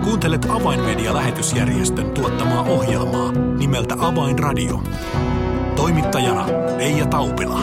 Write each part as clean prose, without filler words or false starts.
Kuuntelet Avainmedia-lähetysjärjestön tuottamaa ohjelmaa nimeltä Avainradio. Toimittajana Eija Taupila.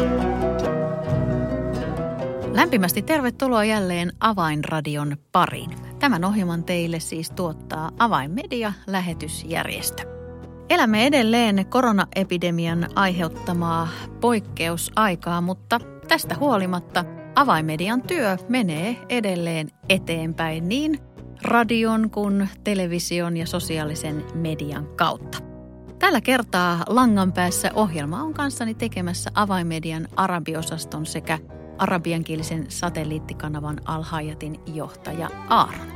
Lämpimästi tervetuloa jälleen Avainradion pariin. Tämän ohjelman teille siis tuottaa Avainmedia-lähetysjärjestö. Elämme edelleen koronaepidemian aiheuttamaa poikkeusaikaa, mutta tästä huolimatta Avainmedian työ menee edelleen eteenpäin niin radion kuin television ja sosiaalisen median kautta. Tällä kertaa langan päässä ohjelma on kanssani tekemässä Avainmedian arabiosaston sekä arabiankielisen satelliittikanavan Al-Hayatin johtaja Aaron.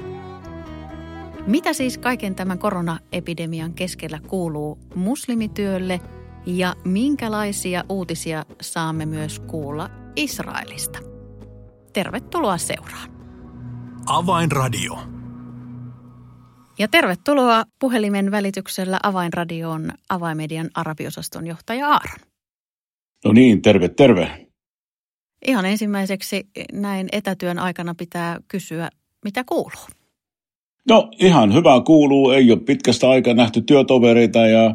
Mitä siis kaiken tämän koronaepidemian keskellä kuuluu muslimityölle ja minkälaisia uutisia saamme myös kuulla Israelista? Tervetuloa seuraan. Avainradio. Ja tervetuloa puhelimen välityksellä Avainradion Avainmedian arabiosaston johtaja Aaron. No niin, terve. Ihan ensimmäiseksi näin etätyön aikana pitää kysyä, mitä kuuluu? No ihan hyvä kuuluu, ei ole pitkästä aikaa nähty työtovereita ja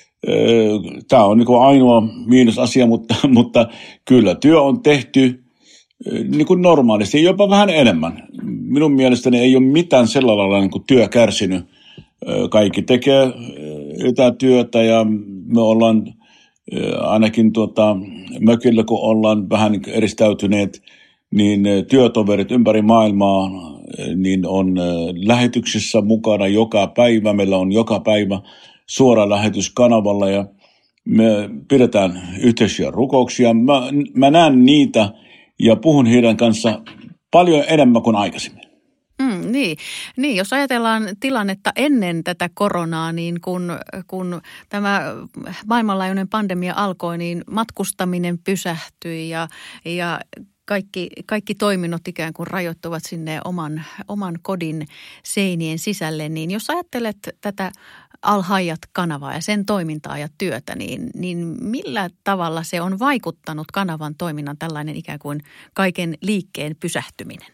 tämä on niin kuin ainoa miinusasia, mutta kyllä työ on tehty niin kuin normaalisti, jopa vähän enemmän. Minun mielestäni ei ole mitään sellainen lailla niin kuin työ kärsinyt. Kaikki tekee etätyötä ja me ollaan ainakin mökillä, kun ollaan vähän eristäytyneet, niin työtoverit ympäri maailmaa niin on lähetyksissä mukana joka päivä. Meillä on joka päivä suora lähetys kanavalla ja me pidetään yhteisiä rukouksia. Mä näen niitä ja puhun heidän kanssa paljon enemmän kuin aikaisemmin. Niin, jos ajatellaan tilannetta ennen tätä koronaa, niin kun tämä maailmanlaajuinen pandemia alkoi, niin matkustaminen pysähtyi ja kaikki toiminnot ikään kuin rajoittuvat sinne oman kodin seinien sisälle. Niin jos ajattelet tätä Al-Hayat-kanavaa ja sen toimintaa ja työtä, niin millä tavalla se on vaikuttanut kanavan toiminnan tällainen ikään kuin kaiken liikkeen pysähtyminen?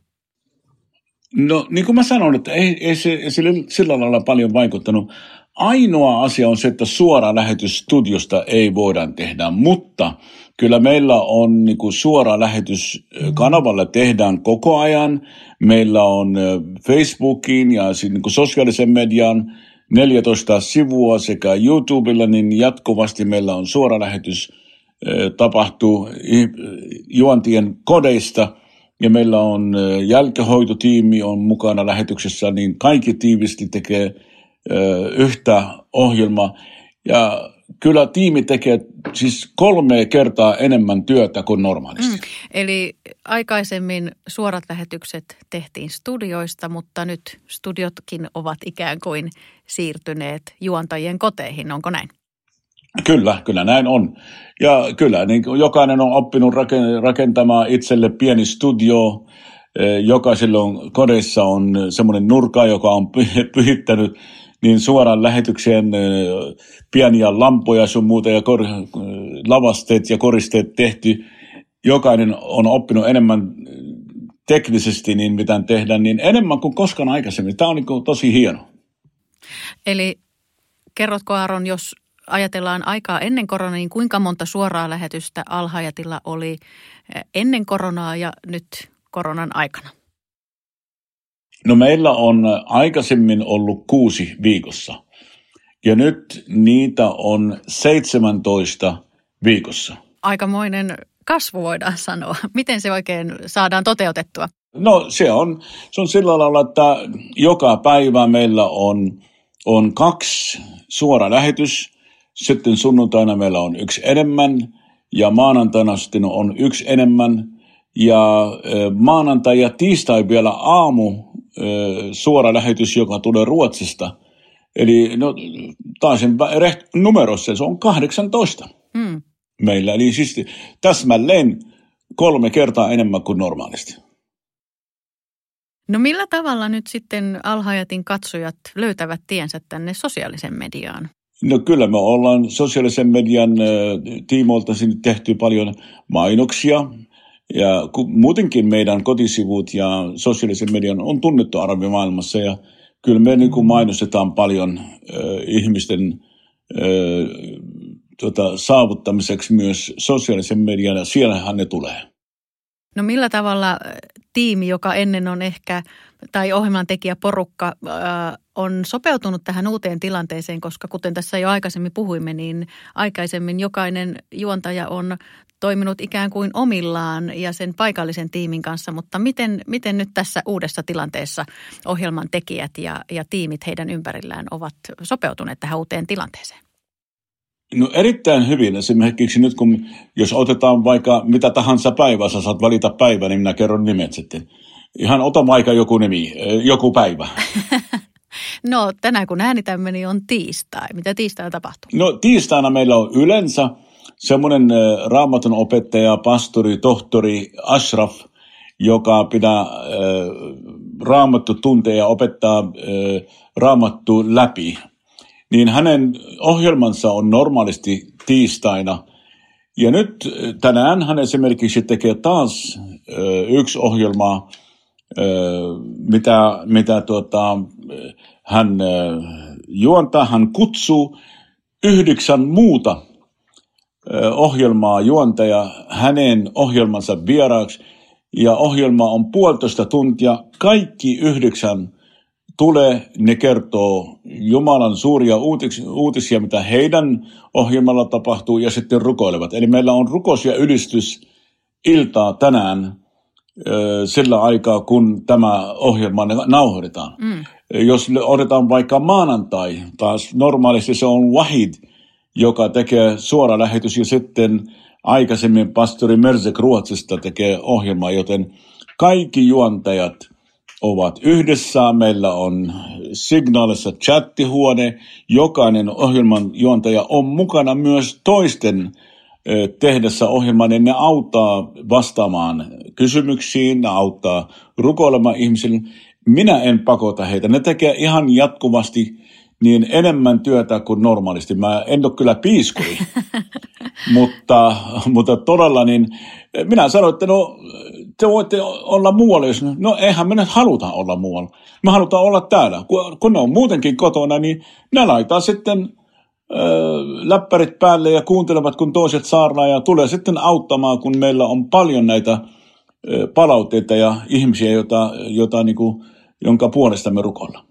No niin kuin mä sanon, että ei se sillä lailla paljon vaikuttanut. Ainoa asia on se, että suora lähetys studiosta ei voida tehdä, mutta kyllä meillä on niin kuin suora lähetys kanavalla tehdään koko ajan. Meillä on Facebookin ja niin kuin sosiaalisen median 14 sivua sekä YouTubella, niin jatkuvasti meillä on suora lähetys tapahtuu juontien kodeista. Ja meillä on jälkihoitotiimi on mukana lähetyksessä, niin kaikki tiivisti tekee yhtä ohjelmaa. Ja kyllä tiimi tekee siis 3 kertaa enemmän työtä kuin normaalisti. Eli aikaisemmin suorat lähetykset tehtiin studioista, mutta nyt studiotkin ovat ikään kuin siirtyneet juontajien koteihin. Onko näin? Kyllä näin on. Ja kyllä niin jokainen on oppinut rakentamaan itselle pieni studio. Jokaisella on kodeissa on semmoinen nurka, joka on pyhittänyt niin suoraan lähetykseen pieniä lampoja sun muuta ja lavasteet ja koristeet tehty. Jokainen on oppinut enemmän teknisesti niin mitä tehdään, niin enemmän kuin koskaan aikaisemmin. Tämä on niin tosi hieno. Eli kerrotko Aaron, jos ajatellaan aikaa ennen koronaa, niin kuinka monta suoraa lähetystä Al-Hayatilla oli ennen koronaa ja nyt koronan aikana? No meillä on aikaisemmin ollut 6 viikossa ja nyt niitä on 17 viikossa. Aikamoinen kasvu voidaan sanoa. Miten se oikein saadaan toteutettua? No se on sillä lailla, että joka päivä meillä on 2 suora lähetys. Sitten sunnuntaina meillä on 1 enemmän ja maanantaina sitten on 1 enemmän. Ja maanantai ja tiistai vielä aamu suora lähetys, joka tulee Ruotsista. Eli taas numerossa se on 18 meillä. Eli siis täsmälleen 3 kertaa enemmän kuin normaalisti. No millä tavalla nyt sitten Al-Hayatin katsojat löytävät tiensä tänne sosiaalisen mediaan? No kyllä me ollaan sosiaalisen median tiimoilta sinne tehty paljon mainoksia. Ja muutenkin meidän kotisivut ja sosiaalisen median on tunnettu arabimaailmassa ja kyllä me niin kuin mainostetaan paljon ihmisten saavuttamiseksi myös sosiaalisen median, ja siellähän ne tulee. No millä tavalla tiimi, joka ennen on ehkä, tai ohjelmantekijäporukka on sopeutunut tähän uuteen tilanteeseen, koska kuten tässä jo aikaisemmin puhuimme, niin aikaisemmin jokainen juontaja on toiminut ikään kuin omillaan ja sen paikallisen tiimin kanssa, mutta miten nyt tässä uudessa tilanteessa ohjelman tekijät ja tiimit heidän ympärillään ovat sopeutuneet tähän uuteen tilanteeseen? No erittäin hyvin. Esimerkiksi nyt, jos otetaan vaikka mitä tahansa päivää, sä saat valita päivä, niin minä kerron nimet sitten. Ihan ota vaikka joku nimi, joku päivä. No tänään kun äänitämme, niin on tiistai. Mitä tiistaina tapahtuu? No tiistaina meillä on yleensä semmoinen raamatun opettaja, pastori, tohtori Ashraf, joka pitää raamattu tunteja ja opettaa raamattu läpi. Niin hänen ohjelmansa on normaalisti tiistaina. Ja nyt tänään hän esimerkiksi tekee taas yksi ohjelma, mitä hän juontaa. Hän kutsuu 9 muuta ohjelmaa juontaja hänen ohjelmansa vieraaksi. Ja ohjelma on 1,5 tuntia. Kaikki 9 tulee, ne kertoo Jumalan suuria uutisia, mitä heidän ohjelmalla tapahtuu, ja sitten rukoilevat. Eli meillä on rukous- ja ylistysiltaa tänään sillä aikaa, kun tämä ohjelma nauhoitetaan. Jos otetaan vaikka maanantai, taas normaalisti se on Wahid, joka tekee suora lähetys, ja sitten aikaisemmin pastori Merzek Ruotsista tekee ohjelmaa, joten kaikki juontajat ovat yhdessä. Meillä on Signaalissa chattihuone. Jokainen ohjelman juontaja on mukana myös toisten tehdessä ohjelmaa, niin ne auttaa vastaamaan kysymyksiin, ne auttaa rukoilemaan ihmisille. Minä en pakota heitä. Ne tekee ihan jatkuvasti niin enemmän työtä kuin normaalisti. Mä en ole kyllä piiskuri, mutta todella niin minä sanoin, että no te voitte olla muualla, no eihän me nyt haluta olla muualla. Me halutaan olla täällä. Kun ne on muutenkin kotona, niin ne laittaa sitten läppärit päälle ja kuuntelevat, kun toiset saarnaa, ja tulee sitten auttamaan, kun meillä on paljon näitä palautteita ja ihmisiä, jonka puolesta me rukoillaan.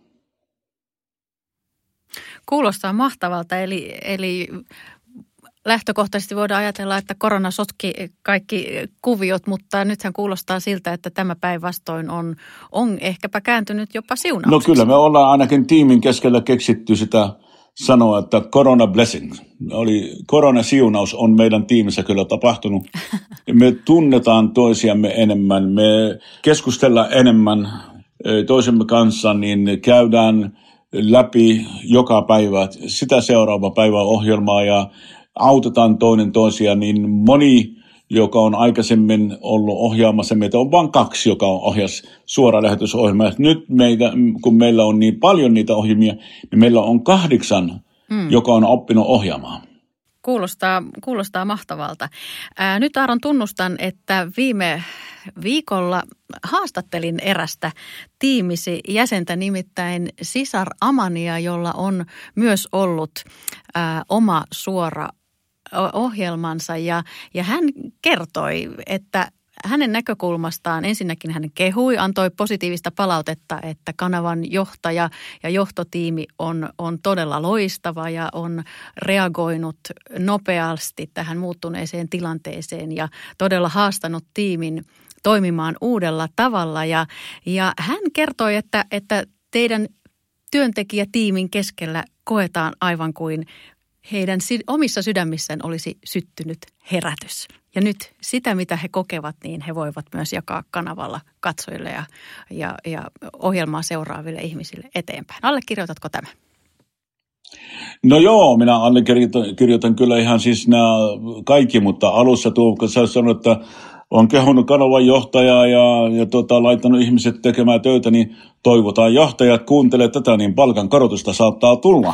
Kuulostaa mahtavalta, eli lähtökohtaisesti voidaan ajatella, että korona sotki kaikki kuviot, mutta nythän kuulostaa siltä, että tämä päinvastoin on ehkäpä kääntynyt jopa siunaukseksi. No kyllä, me ollaan ainakin tiimin keskellä keksitty sitä sanoa, että corona blessing. Koronasiunaus on meidän tiimissä kyllä tapahtunut. Me tunnetaan toisiamme enemmän, me keskustellaan enemmän toisemme kanssa, niin käydään läpi joka päivä sitä seuraava päivän ohjelmaa ja autetaan toinen toisia, niin moni, joka on aikaisemmin ollut ohjaamassa meitä, on vain 2, joka on ohjas suora lähetysohjelma. Nyt kun meillä on niin paljon niitä ohjelmia, niin meillä on 8, joka on oppinut ohjaamaan. Kuulostaa mahtavalta. Nyt Aaron tunnustan, että viime viikolla haastattelin erästä tiimisi jäsentä, nimittäin Sisar Amania, jolla on myös ollut oma suora ohjelmansa, ja hän kertoi, että hänen näkökulmastaan ensinnäkin hän kehui, antoi positiivista palautetta, että kanavan johtaja ja johtotiimi on todella loistava ja on reagoinut nopeasti tähän muuttuneeseen tilanteeseen ja todella haastanut tiimin toimimaan uudella tavalla. Ja hän kertoi, että teidän työntekijätiimin keskellä koetaan aivan kuin heidän omissa sydämissään olisi syttynyt herätys. Ja nyt sitä, mitä he kokevat, niin he voivat myös jakaa kanavalla katsojille ja ohjelmaa seuraaville ihmisille eteenpäin. Allekirjoitatko tämän? No joo, minä allekirjoitan kyllä ihan siis nämä kaikki, mutta alussa kun sä sanoit, että on kehunut kanavan johtajaa ja laittanut ihmiset tekemään töitä, niin toivotaan johtajat kuuntelee tätä, niin palkankorotusta saattaa tulla.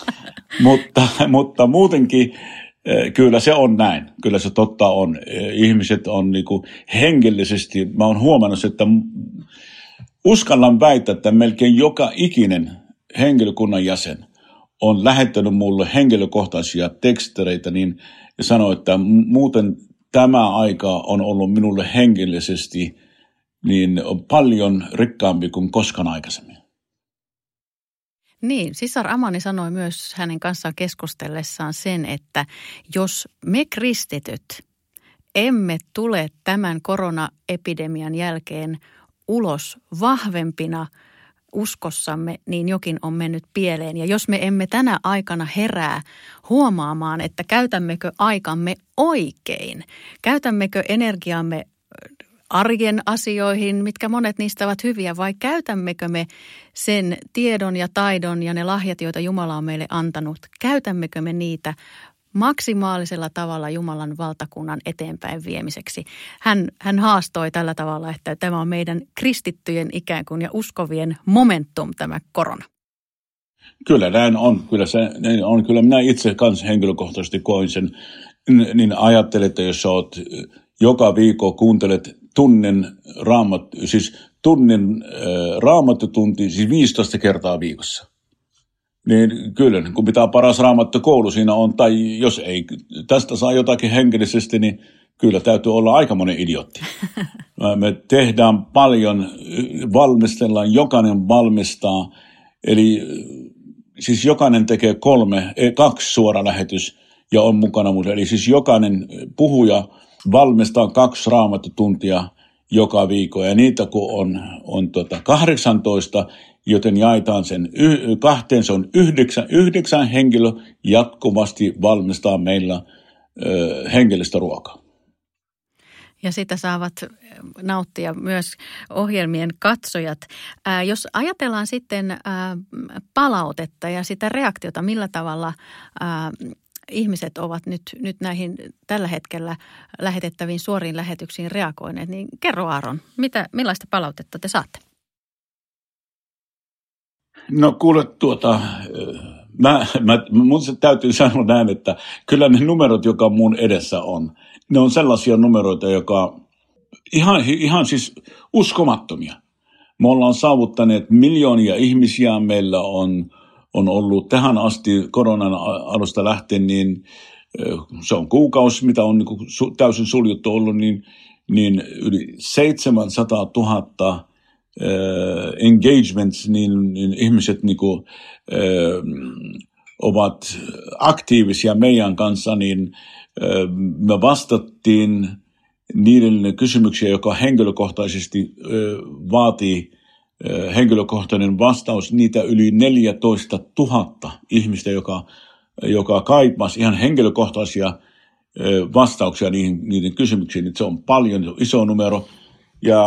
Mutta muutenkin kyllä se on näin. Kyllä se totta on. Ihmiset on niinku hengellisesti, mä oon huomannut, että uskallan väittää, että melkein joka ikinen henkilökunnan jäsen on lähettänyt mulle henkilökohtaisia tekstereitä ja sanoo, että muuten tämä aika on ollut minulle henkilöisesti niin paljon rikkaampi kuin koskaan aikaisemmin. Niin, sisar Amani sanoi myös hänen kanssaan keskustellessaan sen, että jos me kristityt emme tule tämän koronaepidemian jälkeen ulos vahvempina uskossamme, niin jokin on mennyt pieleen. Ja jos me emme tänä aikana herää huomaamaan, että käytämmekö aikamme oikein, käytämmekö energiamme arjen asioihin, mitkä monet niistä ovat hyviä, vai käytämmekö me sen tiedon ja taidon ja ne lahjat, joita Jumala on meille antanut, käytämmekö me niitä maksimaalisella tavalla Jumalan valtakunnan eteenpäin viemiseksi. Hän haastoi tällä tavalla, että tämä on meidän kristittyjen ikään kuin ja uskovien momentum, tämä korona. Kyllä näin on. Kyllä minä itse kanssa henkilökohtaisesti koin sen. Niin ajattelin, että jos olet joka viikko kuuntelet tunnin raamattotunti, siis 15 kertaa viikossa. Niin kyllä, kun pitää paras raamattokoulu siinä on, tai jos ei tästä saa jotakin henkilöisesti, niin kyllä täytyy olla aikamoinen idiotti. Me tehdään paljon, valmistellaan, jokainen valmistaa, eli siis jokainen tekee 2 suora lähetys ja on mukana muuta. Eli siis jokainen puhuja valmistaa 2 raamattotuntia joka viikko, ja niitä kun on 18, joten jaetaan sen kahteen, se on 9 henkilö jatkuvasti valmistaa meillä hengellistä ruokaa. Ja sitä saavat nauttia myös ohjelmien katsojat. Jos ajatellaan sitten palautetta ja sitä reaktiota, millä tavalla ihmiset ovat nyt näihin tällä hetkellä lähetettäviin suoriin lähetyksiin reagoineet, niin kerro Aaron, millaista palautetta te saatte? No kuule mun täytyy sanoa näin, että kyllä ne numerot, joka mun edessä on, ne on sellaisia numeroita, joka ihan siis uskomattomia. Me ollaan saavuttaneet miljoonia ihmisiä, meillä on ollut tähän asti koronan alusta lähtien, niin se on kuukausi, mitä on niin täysin suljettu ollut, niin yli 700 000 engagements, niin ihmiset ovat aktiivisia meidän kanssa, niin me vastattiin niiden kysymyksiä, joka henkilökohtaisesti vaatii henkilökohtainen vastaus, niitä yli 14 000 ihmistä, joka kaipasi ihan henkilökohtaisia vastauksia niiden kysymyksiin. Se on paljon, iso numero. Ja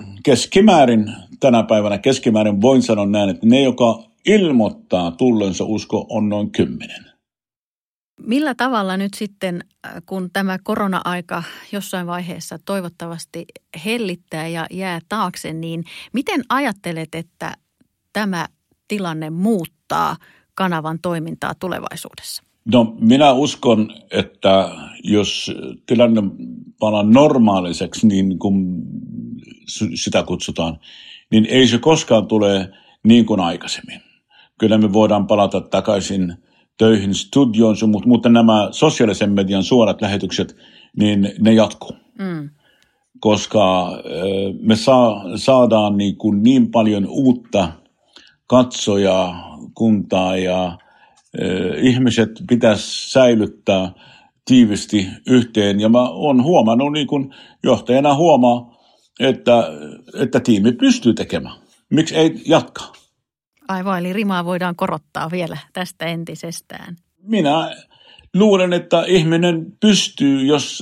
tänä päivänä voin sanoa näin, että ne, joka ilmoittaa tullensa usko, on noin 10. Millä tavalla nyt sitten, kun tämä korona-aika jossain vaiheessa toivottavasti hellittää ja jää taakse, niin miten ajattelet, että tämä tilanne muuttaa kanavan toimintaa tulevaisuudessa? No minä uskon, että jos tilanne palaa normaaliseksi, niin kuin sitä kutsutaan, niin ei se koskaan tule niin kuin aikaisemmin. Kyllä me voidaan palata takaisin töihin studioon, mutta nämä sosiaalisen median suorat lähetykset, niin ne jatkuu. Koska me saadaan niin paljon uutta katsojakuntaa ja ihmiset pitäisi säilyttää tiivisti yhteen. Ja mä oon huomannut, niin kuin johtajana huomaa, että tiimi pystyy tekemään. Miksi ei jatkaa? Aivan, eli rimaa voidaan korottaa vielä tästä entisestään. Minä luulen, että ihminen pystyy,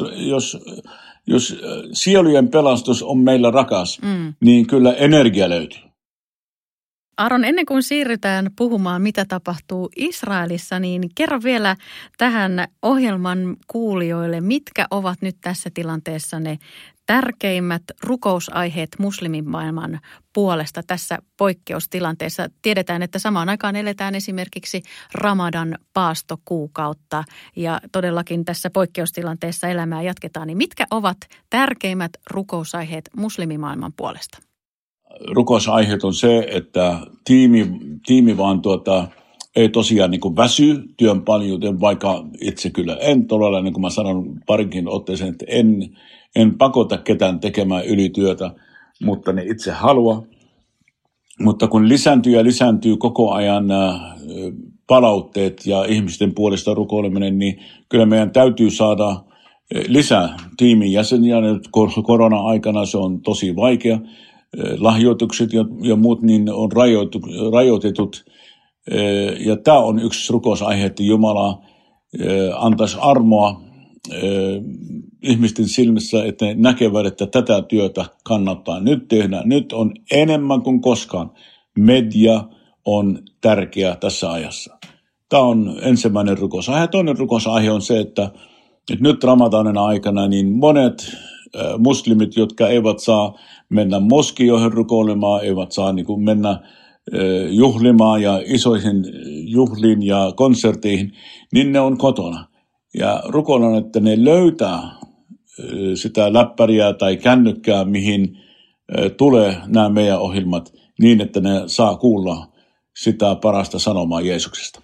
jos sielujen pelastus on meillä rakas, niin kyllä energia löytyy. Aaron, ennen kuin siirrytään puhumaan, mitä tapahtuu Israelissa, niin kerro vielä tähän ohjelman kuulijoille, mitkä ovat nyt tässä tilanteessa ne tärkeimmät rukousaiheet muslimimaailman puolesta tässä poikkeustilanteessa. Tiedetään, että samaan aikaan eletään esimerkiksi Ramadan paastokuukautta ja todellakin tässä poikkeustilanteessa elämää jatketaan. Niin mitkä ovat tärkeimmät rukousaiheet muslimimaailman puolesta? rukousaiheet on se, että tiimi vaan ei tosiaan niin kuin väsy työn paljuden, vaikka itse kyllä en todella, niin kuin mä sanon parinkin otteeseen, että en pakota ketään tekemään ylityötä, mutta ne itse halua. Mutta kun lisääntyy koko ajan palautteet ja ihmisten puolesta rukoileminen, niin kyllä meidän täytyy saada lisää tiimin jäseniä. Nyt korona-aikana se on tosi vaikea. Lahjoitukset ja muut niin on rajoitetut. Ja tämä on yksi rukousaihe, että Jumala antaisi armoa ihmisten silmissä, että ne näkevät, että tätä työtä kannattaa nyt tehdä. Nyt on enemmän kuin koskaan. Media on tärkeä tässä ajassa. Tämä on ensimmäinen rukousaihe. Toinen rukousaihe on se, että nyt Ramadanin aikana niin monet muslimit, jotka eivät saa mennä moskioihin rukoilemaan, eivät saa niin kuin mennä juhlimaan ja isoihin juhliin ja konserteihin, niin ne on kotona. Ja rukoilen, että ne löytää sitä läppäriä tai kännykkää, mihin tulee nämä meidän ohjelmat, niin että ne saa kuulla sitä parasta sanomaa Jeesuksesta.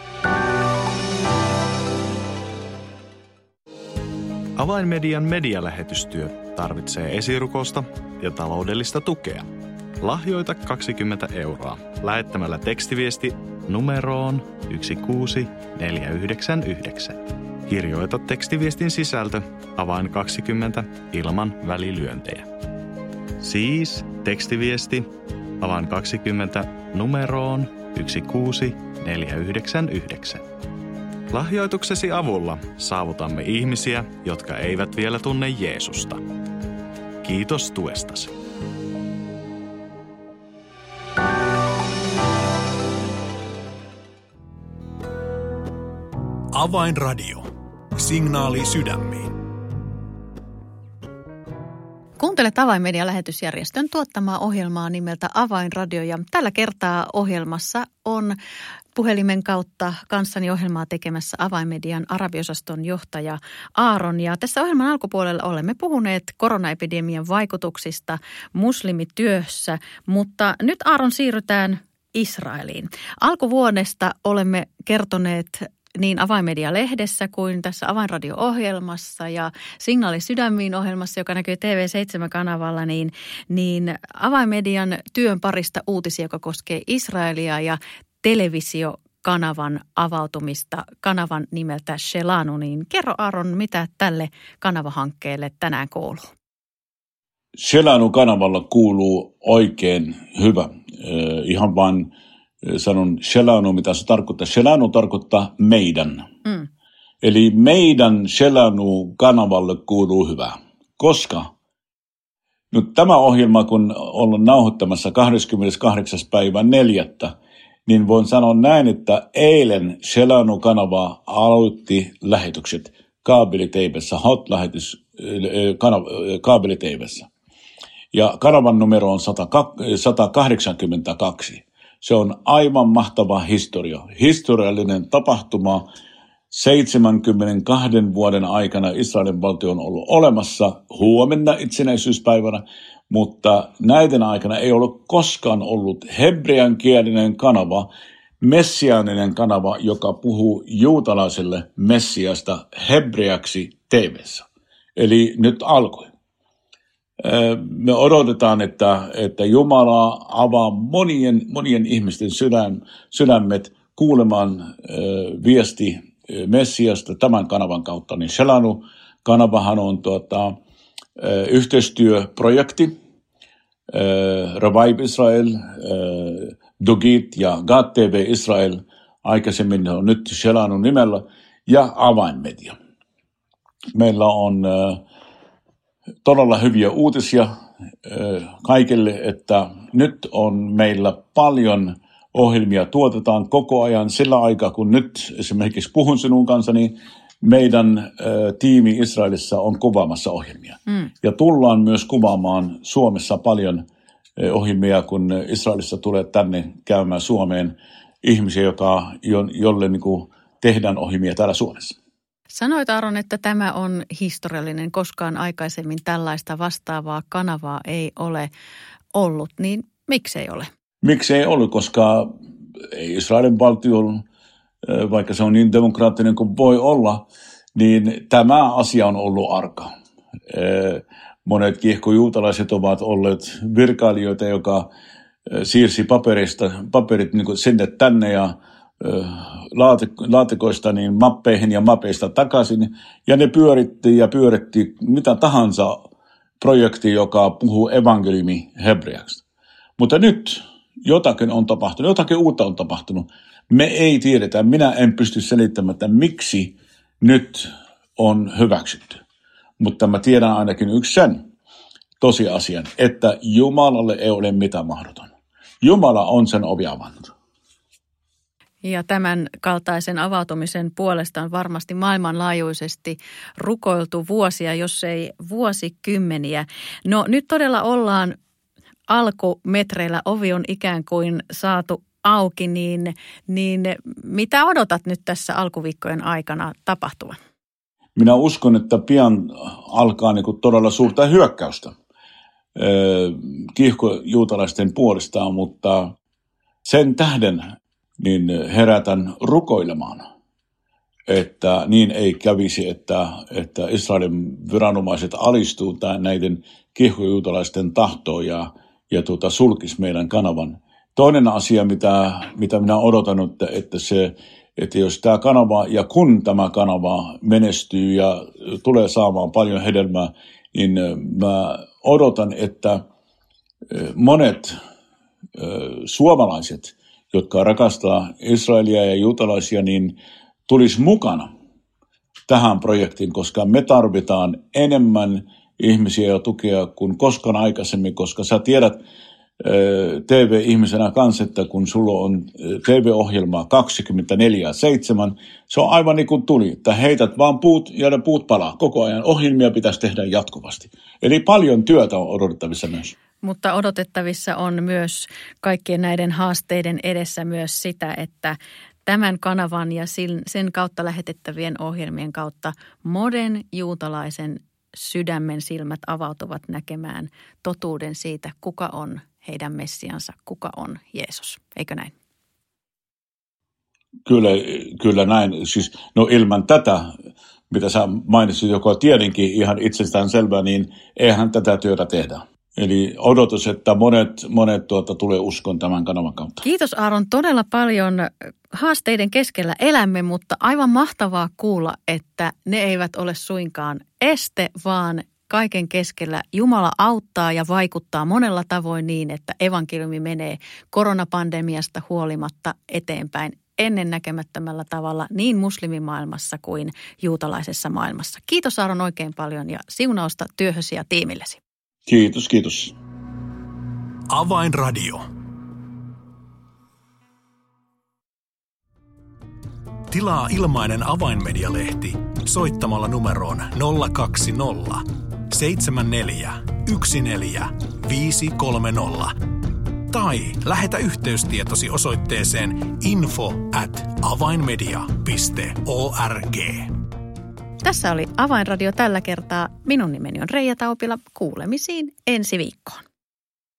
Avainmedian medialähetystyö tarvitsee esirukosta ja taloudellista tukea. Lahjoita 20 € lähettämällä tekstiviesti numeroon 16499. Kirjoita tekstiviestin sisältö avain 20 ilman välilyöntejä. Siis tekstiviesti avain 20 numeroon 16499. Lahjoituksesi avulla saavutamme ihmisiä, jotka eivät vielä tunne Jeesusta. Kiitos tuestasi. Avainradio. Signaali sydämiin. Kuuntelet Avainmedia-lähetysjärjestön tuottamaa ohjelmaa nimeltä Avainradio ja tällä kertaa ohjelmassa on puhelimen kautta kanssani ohjelmaa tekemässä Avainmedian arabiosaston johtaja Aaron. Ja tässä ohjelman alkupuolella olemme puhuneet koronaepidemian vaikutuksista muslimityössä, mutta nyt Aaron siirrytään Israeliin. Alkuvuodesta olemme kertoneet niin Avainmedia-lehdessä kuin tässä Avainradio-ohjelmassa ja Signaali sydämiin -ohjelmassa, joka näkyy TV7-kanavalla, niin Avainmedian työn parista uutisia, joka koskee Israelia ja televisiokanavan avautumista, kanavan nimeltä Shelanu. Niin kerro Aaron, mitä tälle kanavahankkeelle tänään kuuluu? Shelanu-kanavalla kuuluu oikein hyvä. Ihan vain sanon Shelanu, mitä se tarkoittaa. Shelanu tarkoittaa meidän. Eli meidän Shelanu-kanavalle kuuluu hyvä. Koska nyt tämä ohjelma, kun ollaan nauhoittamassa 28.4., niin voin sanoa näin, että eilen Shelanu-kanava aloitti lähetykset kaabeliteivessä, kaabeliteivessä. Ja kanavan numero on 182. Se on aivan mahtava historiallinen tapahtuma. 72 vuoden aikana Israelin valtio on ollut olemassa, huomenna itsenäisyyspäivänä, mutta näiden aikana ei ole koskaan ollut hebreankielinen kanava, messiaaninen kanava, joka puhuu juutalaiselle Messiasta hebreaksi TV:ssä. Eli nyt alkoi. Me odotetaan, että Jumala avaa monien ihmisten sydämet kuulemaan viesti Messiasta tämän kanavan kautta. Niin Shelanu-kanavahan on yhteistyöprojekti. Revive Israel, Dogit ja God TV Israel, aikaisemmin on nyt Shelanun nimellä, ja Avainmedia. Meillä on todella hyviä uutisia kaikille, että nyt on meillä paljon ohjelmia, tuotetaan koko ajan sillä aikaa, kun nyt esimerkiksi puhun sinun kanssa, niin meidän tiimi Israelissa on kuvaamassa ohjelmia. Ja tullaan myös kuvaamaan Suomessa paljon ohjelmia, kun Israelissa tulee tänne käymään Suomeen ihmisiä, jolle niin kuin tehdään ohjelmia täällä Suomessa. Sanoit Aaron, että tämä on historiallinen. Koskaan aikaisemmin tällaista vastaavaa kanavaa ei ole ollut, niin miksei ole? Miksei ollut, koska Israelin valtio, vaikka se on niin demokraattinen kuin voi olla, niin tämä asia on ollut arka. Monet kiihkojuutalaiset ovat olleet virkailijoita, joka siirsi paperit niin kuin sinne tänne ja laatikoista niin mappeihin ja mapeista takaisin. Ja ne pyöritti mitä tahansa projekti, joka puhuu evankeliumi hebreaksi. Mutta nyt jotakin on tapahtunut, jotakin uutta on tapahtunut. Me ei tiedetä, minä en pysty selittämään, että miksi nyt on hyväksytty. Mutta mä tiedän ainakin yksi sen tosiasian, että Jumalalle ei ole mitään mahdoton. Jumala on sen ovi avannut. Ja tämän kaltaisen avautumisen puolesta on varmasti maailmanlaajuisesti rukoiltu vuosia, jos ei vuosikymmeniä. No nyt todella ollaan alkumetreillä, ovi on ikään kuin saatu auki, niin mitä odotat nyt tässä alkuviikkojen aikana tapahtuvan? Minä uskon, että pian alkaa niin kuin todella suurta hyökkäystä kiihkojuutalaisten puolestaan, mutta sen tähden niin herätän rukoilemaan, että niin ei kävisi, että Israelin viranomaiset alistuu näiden kiihkojuutalaisten tahtoon ja sulkisi meidän kanavan. Toinen asia, mitä minä odotan, että jos tämä kanava ja kun tämä kanava menestyy ja tulee saamaan paljon hedelmää, niin mä odotan, että monet suomalaiset, jotka rakastaa Israelia ja juutalaisia, niin tulisi mukana tähän projektiin, koska me tarvitaan enemmän ihmisiä ja tukea kuin koskaan aikaisemmin, koska sä tiedät TV-ihmisenä kanssa, että kun sulla on TV-ohjelma 24/7, se on aivan niin kuin tuli, että heität vaan puut ja ne puut palaa koko ajan. Ohjelmia pitäisi tehdä jatkuvasti. Eli paljon työtä on odotettavissa myös. Mutta odotettavissa on myös kaikkien näiden haasteiden edessä myös sitä, että tämän kanavan ja sen kautta lähetettävien ohjelmien kautta monen juutalaisen sydämen silmät avautuvat näkemään totuuden siitä, kuka on heidän Messiansa, kuka on Jeesus. Eikö näin? Kyllä näin. Siis, no ilman tätä, mitä sä mainitsit, joka tietenkin ihan itsestään selvää, niin eihän tätä työtä tehdä. Eli odotus, että monet tulee uskon tämän kanavan kautta. Kiitos Aaron todella paljon. Haasteiden keskellä elämme, mutta aivan mahtavaa kuulla, että ne eivät ole suinkaan este, vaan kaiken keskellä Jumala auttaa ja vaikuttaa monella tavoin niin, että evankeliumi menee koronapandemiasta huolimatta eteenpäin ennennäkemättömällä tavalla niin muslimimaailmassa kuin juutalaisessa maailmassa. Kiitos Aaron oikein paljon ja siunausta työhösi ja tiimillesi. Kiitos. Avainradio. Tilaa ilmainen Avainmedia-lehti soittamalla numeroon 020 74 14 530 tai lähetä yhteystietosi osoitteeseen info@avainmedia.org. Tässä oli Avainradio tällä kertaa. Minun nimeni on Reija Taupila. Kuulemisiin ensi viikkoon.